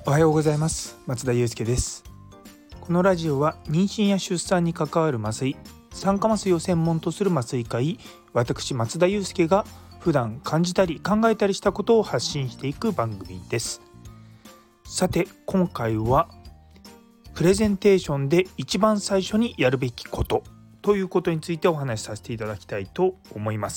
おはようございます。松田祐介です。このラジオは妊娠や出産に関わる麻酔、酸化麻酔を専門とする麻酔科医、私松田祐介が普段感じたり考えたりしたことを発信していく番組です。さて今回はプレゼンテーションで一番最初にやるべきことということについてお話しさせていただきたいと思います。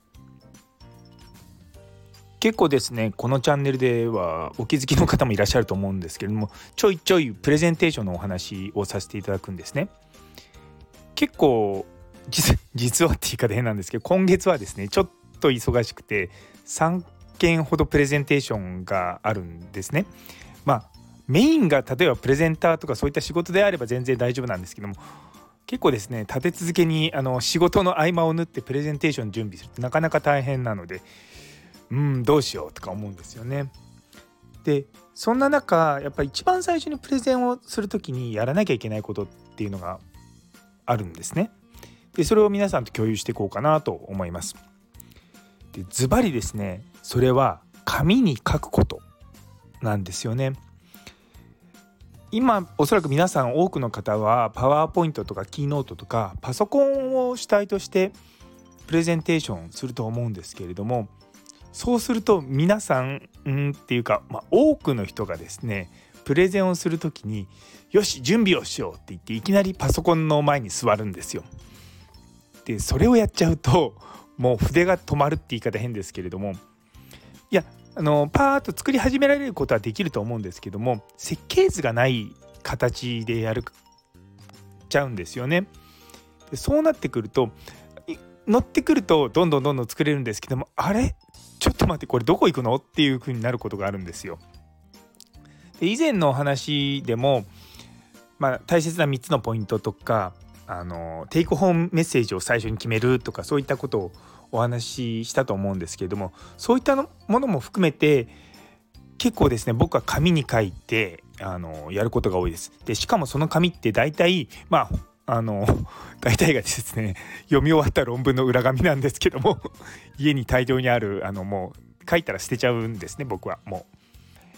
結構ですね、このチャンネルではお気づきの方もいらっしゃると思うんですけれども、ちょいちょいプレゼンテーションのお話をさせていただくんですね。結構実はって言い方変なんですけど、今月はですねちょっと忙しくて3件ほどプレゼンテーションがあるんですね。メインが例えばプレゼンターとかそういった仕事であれば全然大丈夫なんですけども、結構ですね立て続けに仕事の合間を縫ってプレゼンテーション準備するってなかなか大変なので、どうしようとか思うんですよね。でそんな中やっぱり一番最初にプレゼンをするときにやらなきゃいけないことっていうのがあるんですね。でそれを皆さんと共有していこうかなと思います。でズバリですね、それは紙に書くことなんですよね。今おそらく皆さん多くの方はパワーポイントとかキーノートとかパソコンを主体としてプレゼンテーションすると思うんですけれども、そうすると皆さんっていうか、多くの人がですねプレゼンをするときによし準備をしようって言っていきなりパソコンの前に座るんですよ。でそれをやっちゃうともう筆が止まるって言い方変ですけれども、いやパーッと作り始められることはできると思うんですけども、設計図がない形でやるちゃうんですよね。でそうなってくると乗ってくるとどんどん作れるんですけども、あれちょっと待ってこれどこ行くのっていう風になることがあるんですよ。で以前のお話でも、大切な3つのポイントとかテイクホームメッセージを最初に決めるとかそういったことをお話ししたと思うんですけれども、そういったものも含めて結構ですね僕は紙に書いてやることが多いです。でしかもその紙って大体大体がですね読み終わった論文の裏紙なんですけども家に大量にあるもう書いたら捨てちゃうんですね。僕はもう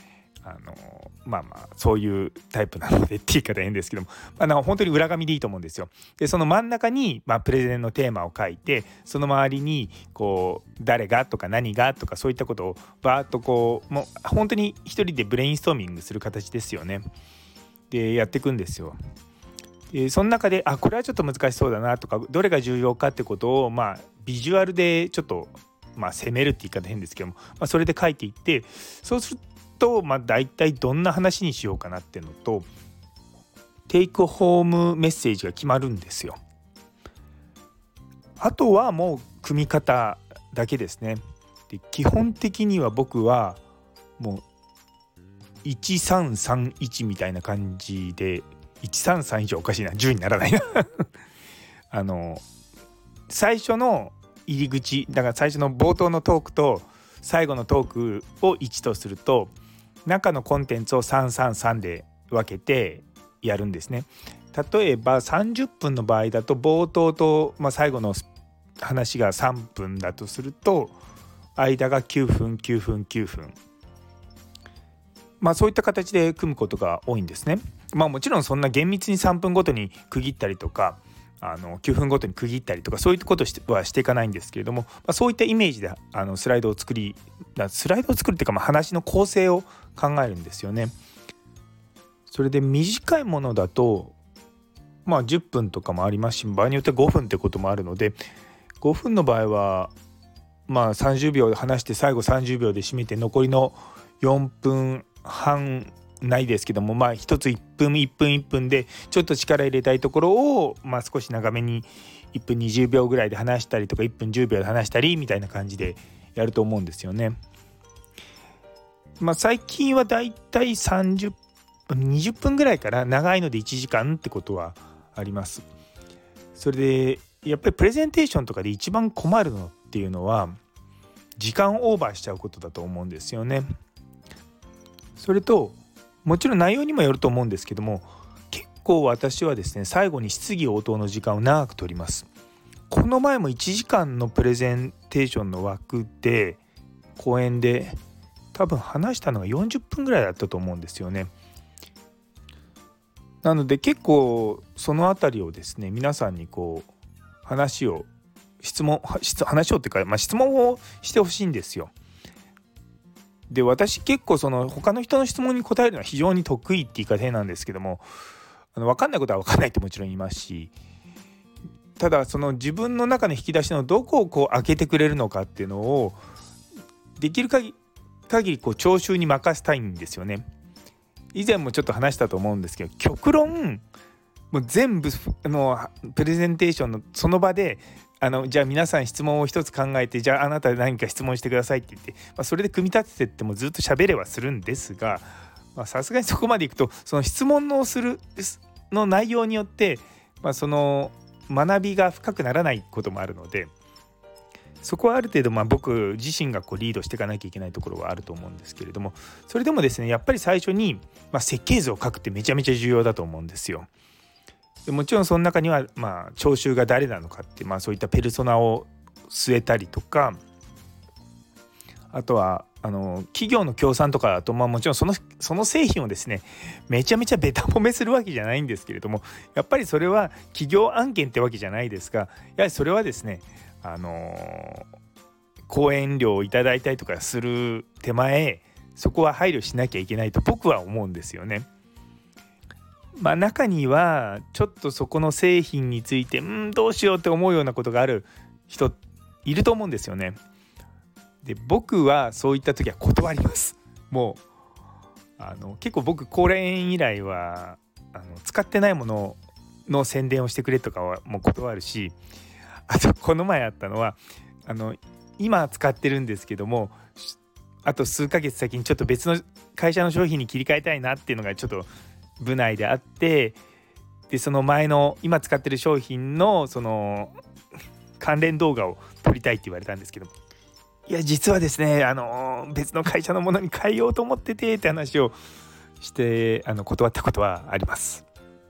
そういうタイプなのでって言い方変ですけども、本当に裏紙でいいと思うんですよ。でその真ん中に、プレゼンのテーマを書いて、その周りにこう誰がとか何がとかそういったことをバーッともう本当に一人でブレインストーミングする形ですよね。でやっていくんですよ。でその中でこれはちょっと難しそうだなとか、どれが重要かってことをビジュアルでちょっと攻めるって言い方変ですけども、それで書いていって、そうすると大体どんな話にしようかなっていうのとテイクホームメッセージが決まるんですよ。あとはもう組み方だけですね。で基本的には僕はもう1331みたいな感じで、133以上おかしいな、10にならないな最初の入り口だから最初の冒頭のトークと最後のトークを1とすると中のコンテンツを333で分けてやるんですね。例えば30分の場合だと冒頭と、最後の話が3分だとすると間が9分9分9分、そういった形で組むことが多いんですね。もちろんそんな厳密に3分ごとに区切ったりとか9分ごとに区切ったりとかそういうことはしていかないんですけれども、そういったイメージでスライドを作るっていうか、話の構成を考えるんですよね。それで短いものだと10分とかもありますし、場合によっては5分ってこともあるので、5分の場合は30秒話して最後30秒で締めて残りの4分半ないですけども、一つ1分1分1分でちょっと力入れたいところを、少し長めに1分20秒ぐらいで話したりとか1分10秒で話したりみたいな感じでやると思うんですよね。最近はだいたい30分20分ぐらいから長いので1時間ってことはあります。それでやっぱりプレゼンテーションとかで一番困るのっていうのは時間オーバーしちゃうことだと思うんですよね。それともちろん内容にもよると思うんですけども、結構私はですね最後に質疑応答の時間を長く取ります。この前も1時間のプレゼンテーションの枠で講演で多分話したのが40分ぐらいだったと思うんですよね。なので結構そのあたりをですね、皆さんにこう話をっていうか、質問をしてほしいんですよ。で、私結構その他の人の質問に答えるのは非常に得意って言い方変なんですけども、分かんないことは分かんないってもちろん言いますし、ただその自分の中の引き出しのどこをこう開けてくれるのかっていうのをできる限りこう聴衆に任せたいんですよね。以前もちょっと話したと思うんですけど、極論もう全部プレゼンテーションのその場でじゃあ皆さん質問を一つ考えて、じゃああなた何か質問してくださいって言って、それで組み立ててってもずっと喋れはするんですが、さすがにそこまでいくとその質問のするの内容によって、その学びが深くならないこともあるので、そこはある程度僕自身がこうリードしていかなきゃいけないところはあると思うんですけれども、それでもですね、やっぱり最初に設計図を書くってめちゃめちゃ重要だと思うんですよ。でもちろんその中には聴衆が誰なのかって、そういったペルソナを据えたりとか、あとは企業の協賛とかだと、もちろんその製品をですねめちゃめちゃベタ褒めするわけじゃないんですけれども、やっぱりそれは企業案件ってわけじゃないですが、やはりそれはですね講演料をいただいたりとかする手前、そこは配慮しなきゃいけないと僕は思うんですよね。中にはちょっとそこの製品についてどうしようって思うようなことがある人いると思うんですよね。で、僕はそういった時は断ります。もう結構僕講演以来は使ってないものの宣伝をしてくれとかはもう断るし、あとこの前あったのは今使ってるんですけども、あと数ヶ月先にちょっと別の会社の商品に切り替えたいなっていうのがちょっと部内であって、でその前の今使ってる商品のその関連動画を撮りたいって言われたんですけど、いや実はですね別の会社のものに変えようと思っててって話をして断ったことはあります。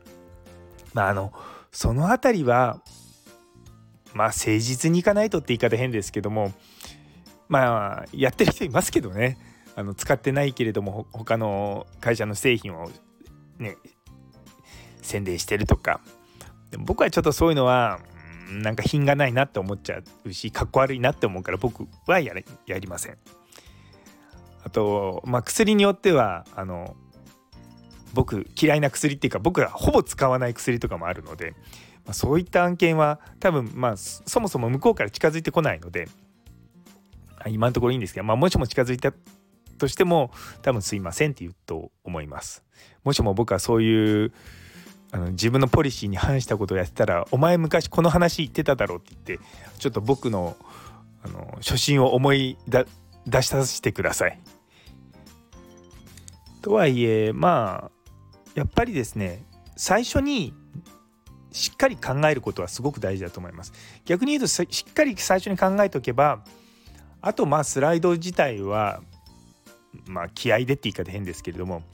そのあたりは誠実にいかないとって言い方変ですけども、やってる人いますけどね、使ってないけれども他の会社の製品をね宣伝してるとか。でも僕はちょっとそういうのはなんか品がないなって思っちゃうし、かっこ悪いなって思うから僕はやりません。あと薬によっては僕嫌いな薬っていうか、僕がほぼ使わない薬とかもあるので、そういった案件は多分そもそも向こうから近づいてこないので今のところいいんですけど、もしも近づいたとしても多分すいませんって言うと思います。もしも僕はそういう自分のポリシーに反したことをやってたら、お前昔この話言ってただろうって言ってちょっと僕の初心を思い出させてください。とはいえやっぱりですね、最初にしっかり考えることはすごく大事だと思います。逆に言うとしっかり最初に考えておけば、あとスライド自体は気合でって言い方変ですけれども、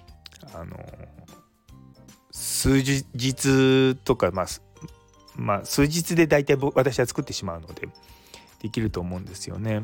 数日とか数日で大体私は作ってしまうのでできると思うんですよね。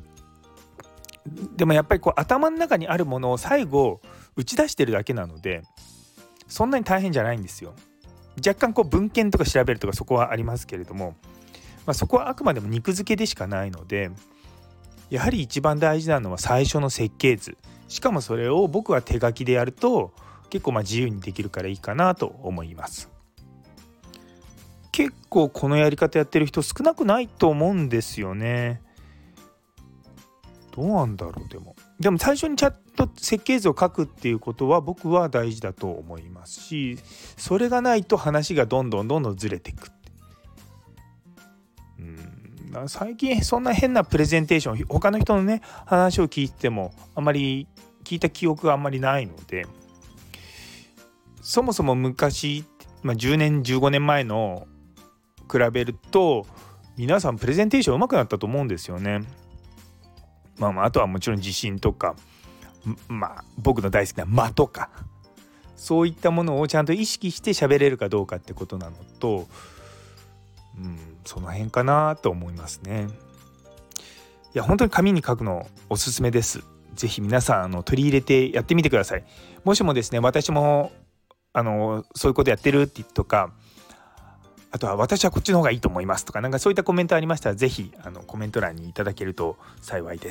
でもやっぱり頭の中にあるものを最後打ち出してるだけなので、そんなに大変じゃないんですよ。若干文献とか調べるとかそこはありますけれども、そこはあくまでも肉付けでしかないので、やはり一番大事なのは最初の設計図。しかもそれを僕は手書きでやると結構自由にできるからいいかなと思います。結構このやり方やってる人少なくないと思うんですよね。どうなんだろう。でも最初にちゃんと設計図を書くっていうことは僕は大事だと思いますし、それがないと話がどんどんずれていく。最近そんな変なプレゼンテーション他の人のね話を聞いてもあまり聞いた記憶があんまりないので、そもそも昔、10年15年前の比べると皆さんプレゼンテーション上手くなったと思うんですよね。あとはもちろん自信とか僕の大好きな間とか、そういったものをちゃんと意識して喋れるかどうかってことなのと、その辺かなと思いますね。いや本当に紙に書くのおすすめです。 ぜひ皆さん取り入れてやってみてください。もしもですね、私もそういうことやってるってとか、あとは私はこっちの方がいいと思いますとか、なんかそういったコメントありましたら、ぜひコメント欄にいただけると幸いです。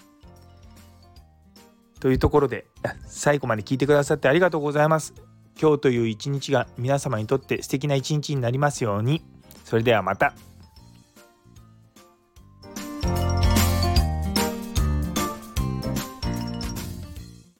というところで、最後まで聞いてくださってありがとうございます。今日という一日が皆様にとって素敵な一日になりますように。それではまた。